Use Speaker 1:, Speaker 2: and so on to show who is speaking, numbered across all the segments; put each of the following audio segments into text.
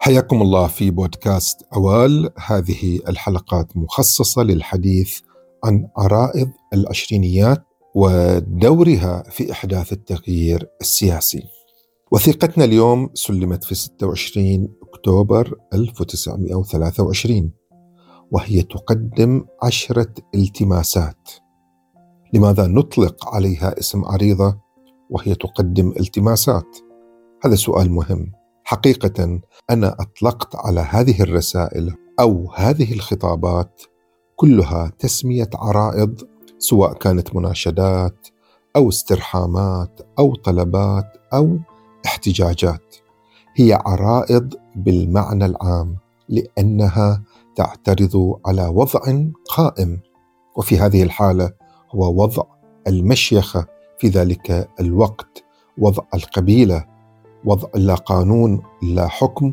Speaker 1: حياكم الله في بودكاست أوال. هذه الحلقات مخصصة للحديث عن عرائض العشرينيات ودورها في إحداث التغيير السياسي. وثيقتنا اليوم سلمت في 26 أكتوبر 1923، وهي تقدم 10 التماسات. لماذا نطلق عليها اسم عريضة وهي تقدم التماسات؟ هذا سؤال مهم. حقيقة أنا أطلقت على هذه الرسائل أو هذه الخطابات كلها تسمية عرائض، سواء كانت مناشدات أو استرحامات أو طلبات أو احتجاجات. هي عرائض بالمعنى العام لأنها تعترض على وضع قائم، وفي هذه الحالة هو وضع المشيخة في ذلك الوقت، وضع القبيلة، وضع لا قانون لا حكم.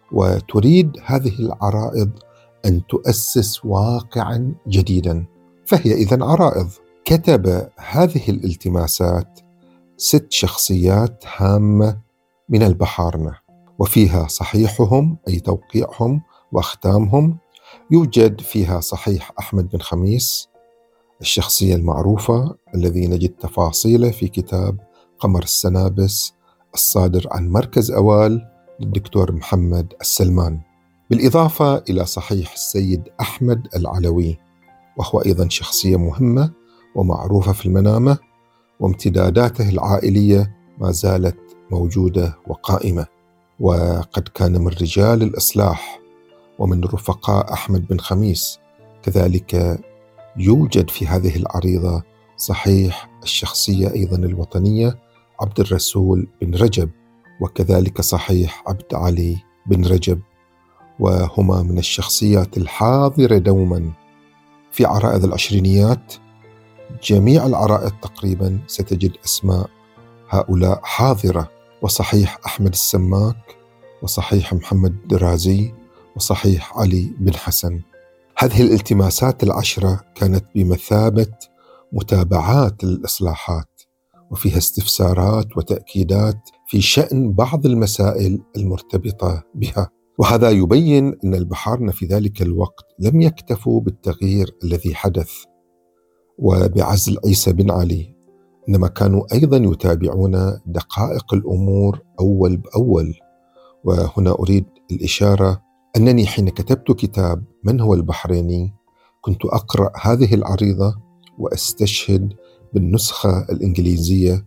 Speaker 1: وتريد هذه العرائض أن تؤسس واقعا جديدا، فهي إذن عرائض. كتب هذه الالتماسات 6 شخصيات هامة من البحارنة، وفيها صحيحهم أي توقيعهم وأختامهم. يوجد فيها صحيح أحمد بن خميس، الشخصية المعروفة الذي نجد تفاصيله في كتاب قمر السنابس الصادر عن مركز أوال للدكتور محمد السلمان، بالإضافة إلى صحيح السيد أحمد العلوي، وهو أيضا شخصية مهمة ومعروفة في المنامة، وامتداداته العائلية ما زالت موجودة وقائمة، وقد كان من رجال الإصلاح ومن رفقاء أحمد بن خميس. كذلك يوجد في هذه العريضة صحيح الشخصية أيضا الوطنية عبد الرسول بن رجب، وكذلك صحيح عبد علي بن رجب، وهما من الشخصيات الحاضرة دوما في عرائض العشرينيات. جميع العرائض تقريبا ستجد أسماء هؤلاء حاضرة، وصحيح أحمد السماك، وصحيح محمد الدرازي، وصحيح علي بن حسن. هذه الالتماسات 10 كانت بمثابة متابعات للإصلاحات، وفيها استفسارات وتأكيدات في شأن بعض المسائل المرتبطة بها. وهذا يبين أن البحارنة في ذلك الوقت لم يكتفوا بالتغيير الذي حدث وبعزل عيسى بن علي، إنما كانوا أيضا يتابعون دقائق الأمور أول بأول. وهنا أريد الإشارة أنني حين كتبت كتاب من هو البحريني كنت أقرأ هذه العريضة وأستشهد بالنسخة الإنجليزية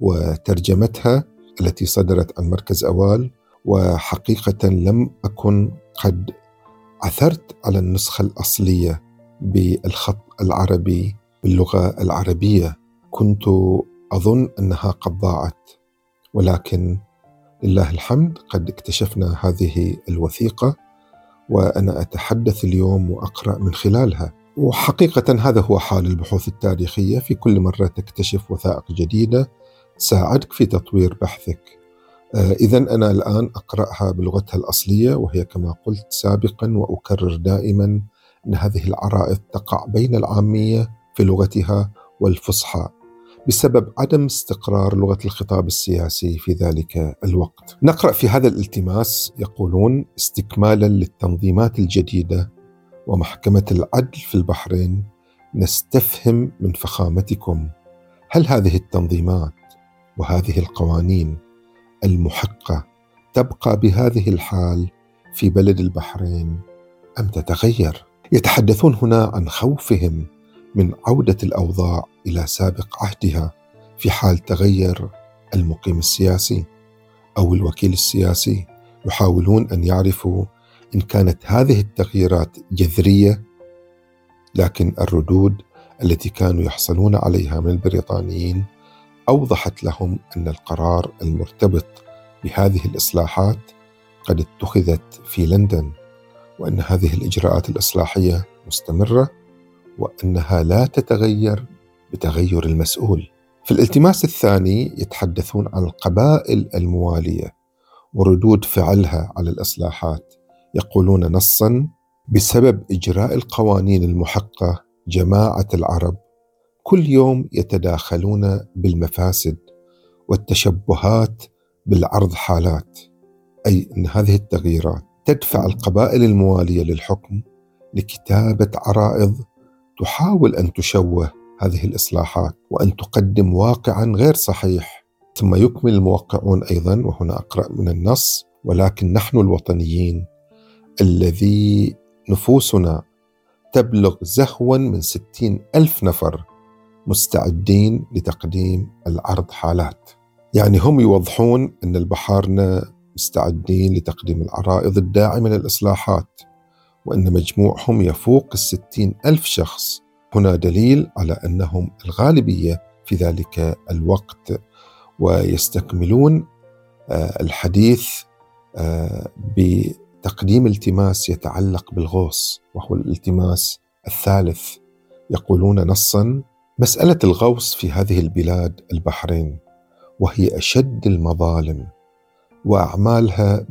Speaker 1: وترجمتها التي صدرت عن مركز أوال، وحقيقة لم أكن قد عثرت على النسخة الأصلية بالخط العربي باللغة العربية. كنت أظن أنها قد ضاعت، ولكن لله الحمد قد اكتشفنا هذه الوثيقة، وأنا أتحدث اليوم وأقرأ من خلالها. وحقيقة هذا هو حال البحوث التاريخية، في كل مرة تكتشف وثائق جديدة تساعدك في تطوير بحثك. إذن أنا الآن أقرأها بلغتها الأصلية، وهي كما قلت سابقا وأكرر دائما أن هذه العرائض تقع بين العامية في لغتها والفصحى بسبب عدم استقرار لغة الخطاب السياسي في ذلك الوقت. نقرأ في هذا الالتماس، يقولون: استكمالا للتنظيمات الجديدة ومحكمة العدل في البحرين، نستفهم من فخامتكم، هل هذه التنظيمات وهذه القوانين المحقة تبقى بهذه الحال في بلد البحرين أم تتغير؟ يتحدثون هنا عن خوفهم من عودة الأوضاع إلى سابق عهدها في حال تغير المقيم السياسي أو الوكيل السياسي. يحاولون أن يعرفوا إن كانت هذه التغييرات جذرية، لكن الردود التي كانوا يحصلون عليها من البريطانيين أوضحت لهم أن القرار المرتبط بهذه الإصلاحات قد اتخذت في لندن، وأن هذه الإجراءات الإصلاحية مستمرة، وأنها لا تتغير بتغير المسؤول. في الالتماس الثاني يتحدثون عن القبائل الموالية وردود فعلها على الإصلاحات. يقولون نصا: بسبب إجراء القوانين المحقة جماعة العرب كل يوم يتداخلون بالمفاسد والتشبهات بالعرض حالات، أي أن هذه التغييرات تدفع القبائل الموالية للحكم لكتابة عرائض تحاول أن تشوه هذه الإصلاحات وأن تقدم واقعا غير صحيح. ثم يكمل الموقعون أيضا، وهنا أقرأ من النص: ولكن نحن الوطنيين الذي نفوسنا تبلغ زهوا من 60,000 نفر مستعدين لتقديم العرض حالات. يعني هم يوضحون أن البحارنة مستعدين لتقديم العرائض الداعمة للإصلاحات، وأن مجموعهم يفوق 60,000 شخص. هنا دليل على أنهم الغالبية في ذلك الوقت. ويستكملون الحديث بتقديم التماس يتعلق بالغوص، وهو الالتماس الثالث. يقولون نصا: مسألة الغوص في هذه البلاد البحرين وهي أشد المظالم، وأعمالها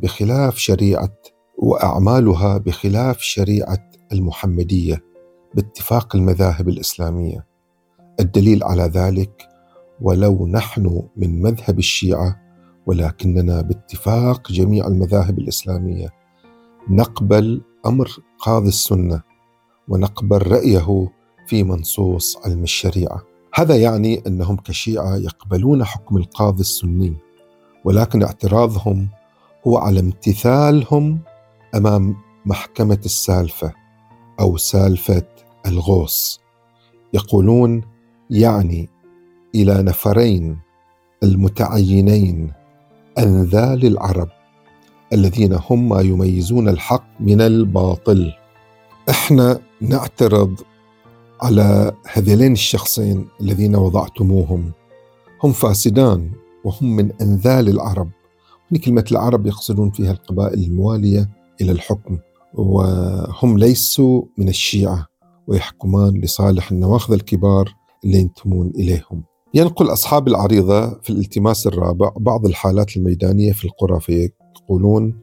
Speaker 1: بخلاف شريعة المحمدية باتفاق المذاهب الإسلامية. الدليل على ذلك: ولو نحن من مذهب الشيعة ولكننا باتفاق جميع المذاهب الإسلامية نقبل أمر قاضي السنة ونقبل رأيه في منصوص علم الشريعة. هذا يعني أنهم كشيعة يقبلون حكم القاضي السني، ولكن اعتراضهم هو على امتثالهم أمام محكمة السالفة أو سالفة الغوص. يقولون يعني إلى نفرين المتعينين أنذال العرب الذين هم ما يميزون الحق من الباطل. احنا نعترض على هذين الشخصين الذين وضعتموهم، هم فاسدان وهم من أنذال العرب. كلمة العرب يقصدون فيها القبائل الموالية إلى الحكم، وهم ليسوا من الشيعة ويحكمان لصالح النواخذ الكبار اللي ينتمون إليهم. ينقل أصحاب العريضة في الالتماس الرابع بعض الحالات الميدانية في القرى، فيقولون: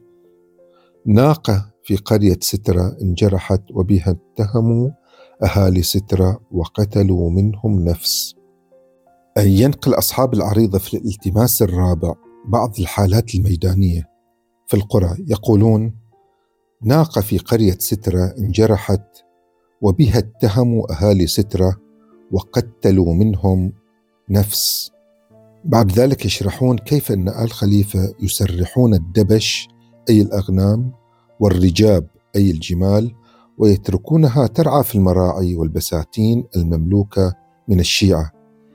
Speaker 1: ناقة في قرية سترة انجرحت وبها اتهموا أهالي سترة وقتلوا منهم نفس. ينقل أصحاب العريضة في الالتماس الرابع بعض الحالات الميدانية في القرى، يقولون: ناقة في قرية سترة انجرحت وبها اتهموا أهالي سترة وقتلوا منهم نفس. بعد ذلك يشرحون كيف أن آل خليفة يسرحون الدبش أي الأغنام والرجاب أي الجمال ويتركونها ترعى في المراعي والبساتين المملوكة من الشيعة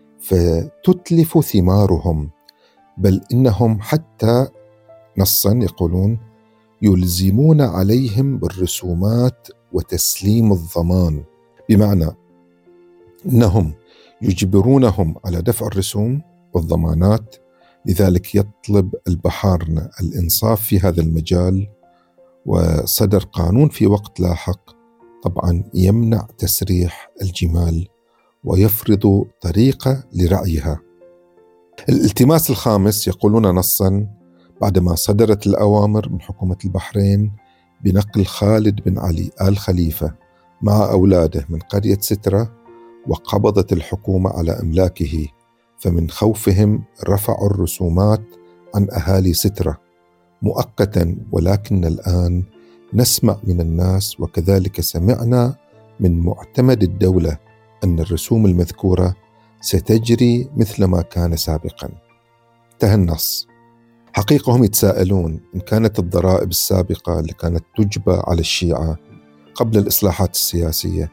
Speaker 1: فتتلف ثمارهم، بل إنهم حتى نصا يقولون يلزمون عليهم بالرسومات وتسليم الضمان، بمعنى أنهم يجبرونهم على دفع الرسوم والضمانات. لذلك يطلب البحارنة الإنصاف في هذا المجال، وصدر قانون في وقت لاحق طبعا يمنع تسريح الجمال ويفرض طريقة لرعيها. الالتماس الخامس يقولون نصا: بعدما صدرت الأوامر من حكومة البحرين بنقل خالد بن علي آل خليفة مع أولاده من قرية سترة وقبضت الحكومة على أملاكه، فمن خوفهم رفعوا الرسومات عن أهالي سترة مؤقتا، ولكن الآن نسمع من الناس وكذلك سمعنا من معتمد الدولة أن الرسوم المذكورة ستجري مثل ما كان سابقا. انتهى النص. حقيقة هم يتساءلون إن كانت الضرائب السابقة اللي كانت تجبى على الشيعة قبل الإصلاحات السياسية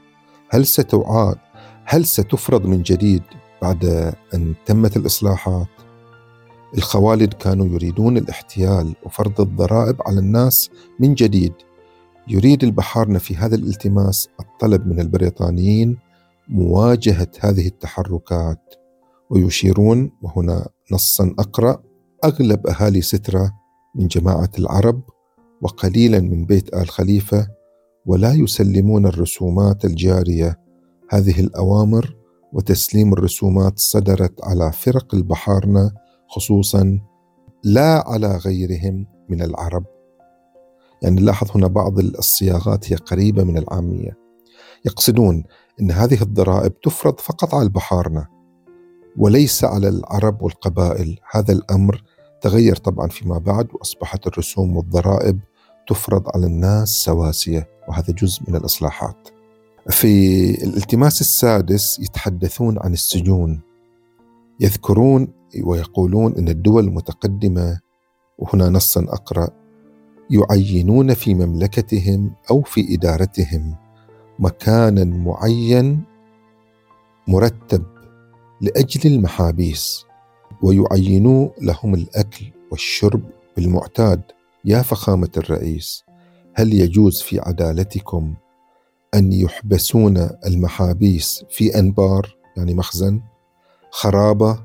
Speaker 1: هل ستفرض من جديد بعد أن تمت الإصلاحات؟ الخوالد كانوا يريدون الاحتيال وفرض الضرائب على الناس من جديد. يريد البحارنة في هذا الالتماس الطلب من البريطانيين مواجهة هذه التحركات، ويشيرون، وهنا نصا أقرأ: أغلب أهالي سترة من جماعة العرب وقليلا من بيت آل خليفة، ولا يسلمون الرسومات الجارية. هذه الأوامر وتسليم الرسومات صدرت على فرق البحارنة خصوصا، لا على غيرهم من العرب. يعني نلاحظ هنا بعض الصياغات هي قريبة من العامية. يقصدون أن هذه الضرائب تفرض فقط على البحارنة وليس على العرب والقبائل. هذا الأمر تغير طبعا فيما بعد، وأصبحت الرسوم والضرائب تفرض على الناس سواسية، وهذا جزء من الإصلاحات. في الالتماس السادس يتحدثون عن السجون، يذكرون ويقولون أن الدول المتقدمة، وهنا نصا أقرأ: يعينون في مملكتهم أو في إدارتهم مكانا معين مرتب لأجل المحابيس، ويعينوا لهم الأكل والشرب بالمعتاد. يا فخامة الرئيس، هل يجوز في عدالتكم أن يحبسون المحابيس في أنبار، يعني مخزن، خرابة،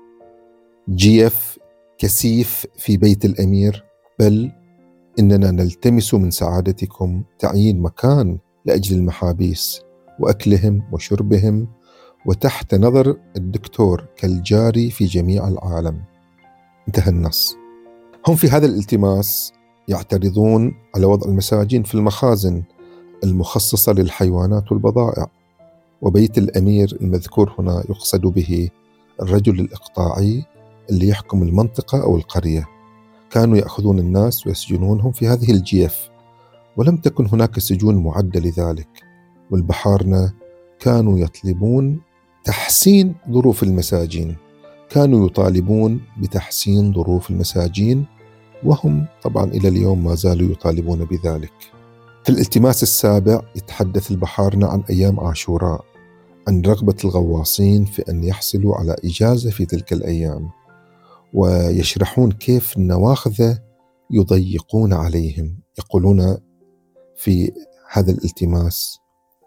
Speaker 1: جيف، كسيف في بيت الأمير؟ بل إننا نلتمس من سعادتكم تعيين مكان لأجل المحابيس وأكلهم وشربهم، وتحت نظر الدكتور كالجاري في جميع العالم. انتهى النص. هم في هذا الالتماس يعترضون على وضع المساجين في المخازن المخصصة للحيوانات والبضائع، وبيت الأمير المذكور هنا يقصد به الرجل الإقطاعي اللي يحكم المنطقة أو القرية. كانوا يأخذون الناس ويسجنونهم في هذه الجيف، ولم تكن هناك سجون معدة لذلك. والبحارنة كانوا يطلبون تحسين ظروف المساجين، كانوا يطالبون بتحسين ظروف المساجين، وهم طبعا إلى اليوم ما زالوا يطالبون بذلك. في الالتماس السابع يتحدث البحارنة عن أيام عاشوراء، عن رغبة الغواصين في أن يحصلوا على إجازة في تلك الأيام، ويشرحون كيف النواخذة يضيقون عليهم. يقولون في هذا الالتماس: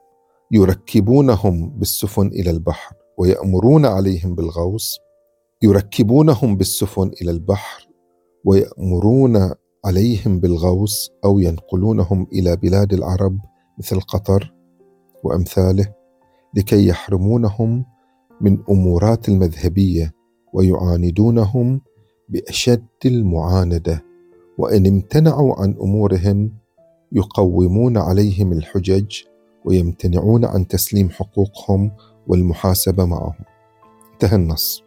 Speaker 1: يركبونهم بالسفن إلى البحر ويأمرون عليهم بالغوص، يركبونهم بالسفن إلى البحر ويأمرون عليهم بالغوص، أو ينقلونهم إلى بلاد العرب مثل قطر وأمثاله لكي يحرمونهم من أمورات المذهبية، ويعاندونهم بأشد المعاندة، وإن امتنعوا عن أمورهم يقومون عليهم الحجج ويمتنعون عن تسليم حقوقهم والمحاسبة معهم. انتهى النص.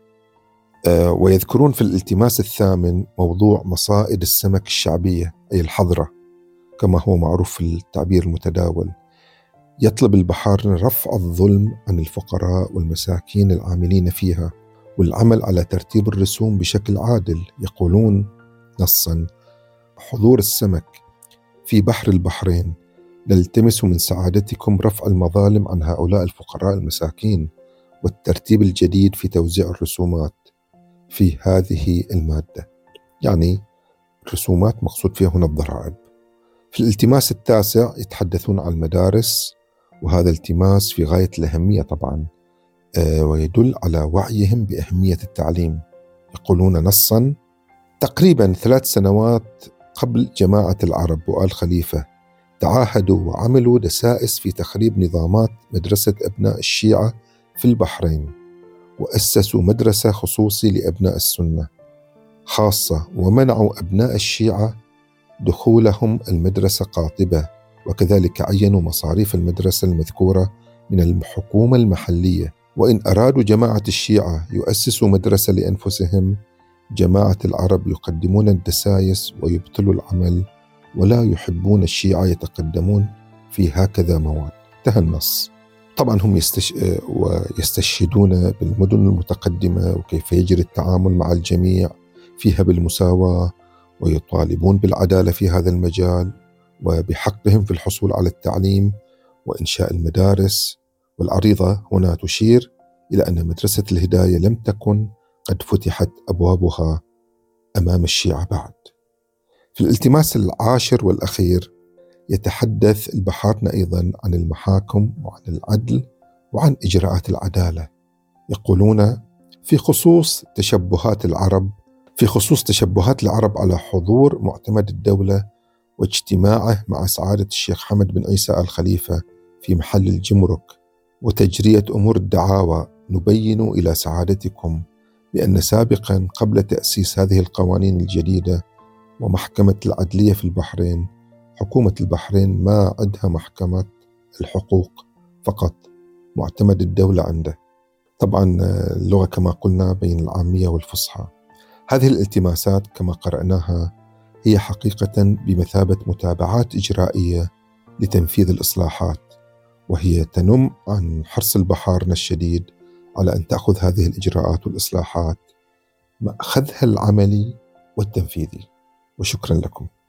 Speaker 1: ويذكرون في الالتماس الثامن موضوع مصائد السمك الشعبية، أي الحضرة كما هو معروف في التعبير المتداول. يطلب البحارنة رفع الظلم عن الفقراء والمساكين العاملين فيها، والعمل على ترتيب الرسوم بشكل عادل. يقولون نصا: حضور السمك في بحر البحرين، نلتمس من سعادتكم رفع المظالم عن هؤلاء الفقراء المساكين، والترتيب الجديد في توزيع الرسومات في هذه المادة. يعني الرسومات مقصود فيها هنا الضرائب. في الالتماس التاسع يتحدثون عن المدارس، وهذا التماس في غاية الأهمية طبعا، ويدل على وعيهم بأهمية التعليم. يقولون نصا: تقريبا 3 سنوات قبل جماعة العرب وآل خليفة تعاهدوا وعملوا دسائس في تخريب نظامات مدرسة أبناء الشيعة في البحرين، وأسسوا مدرسة خصوصي لأبناء السنة خاصة، ومنعوا أبناء الشيعة دخولهم المدرسة قاطبة، وكذلك عينوا مصاريف المدرسة المذكورة من الحكومة المحلية. وإن أرادوا جماعة الشيعة يؤسسوا مدرسة لأنفسهم، جماعة العرب يقدمون الدسائس ويبطلوا العمل، ولا يحبون الشيعة يتقدمون في هكذا مواد. انتهى النص. طبعا هم ويستشهدون بالمدن المتقدمة وكيف يجري التعامل مع الجميع فيها بالمساواة، ويطالبون بالعدالة في هذا المجال، وبحقهم في الحصول على التعليم وإنشاء المدارس. والعريضة هنا تشير إلى أن مدرسة الهداية لم تكن قد فتحت أبوابها أمام الشيعة بعد. في الالتماس العاشر والأخير يتحدث البحارنة أيضا عن المحاكم وعن العدل وعن إجراءات العدالة. يقولون في خصوص تشبهات العرب على حضور معتمد الدولة واجتماعه مع سعادة الشيخ حمد بن عيسى آل خليفة في محل الجمرك وتجرية أمور الدعاوى، نبين إلى سعادتكم بأن سابقا قبل تأسيس هذه القوانين الجديدة ومحكمة العدلية في البحرين، حكومة البحرين ما عندها محكمة الحقوق، فقط معتمد الدولة عنده. طبعا اللغة كما قلنا بين العامية والفصحى. هذه الالتماسات كما قرأناها هي حقيقة بمثابة متابعات إجرائية لتنفيذ الإصلاحات، وهي تنم عن حرص البحارنة الشديد على أن تأخذ هذه الإجراءات والإصلاحات مأخذها العملي والتنفيذي. وشكرا لكم.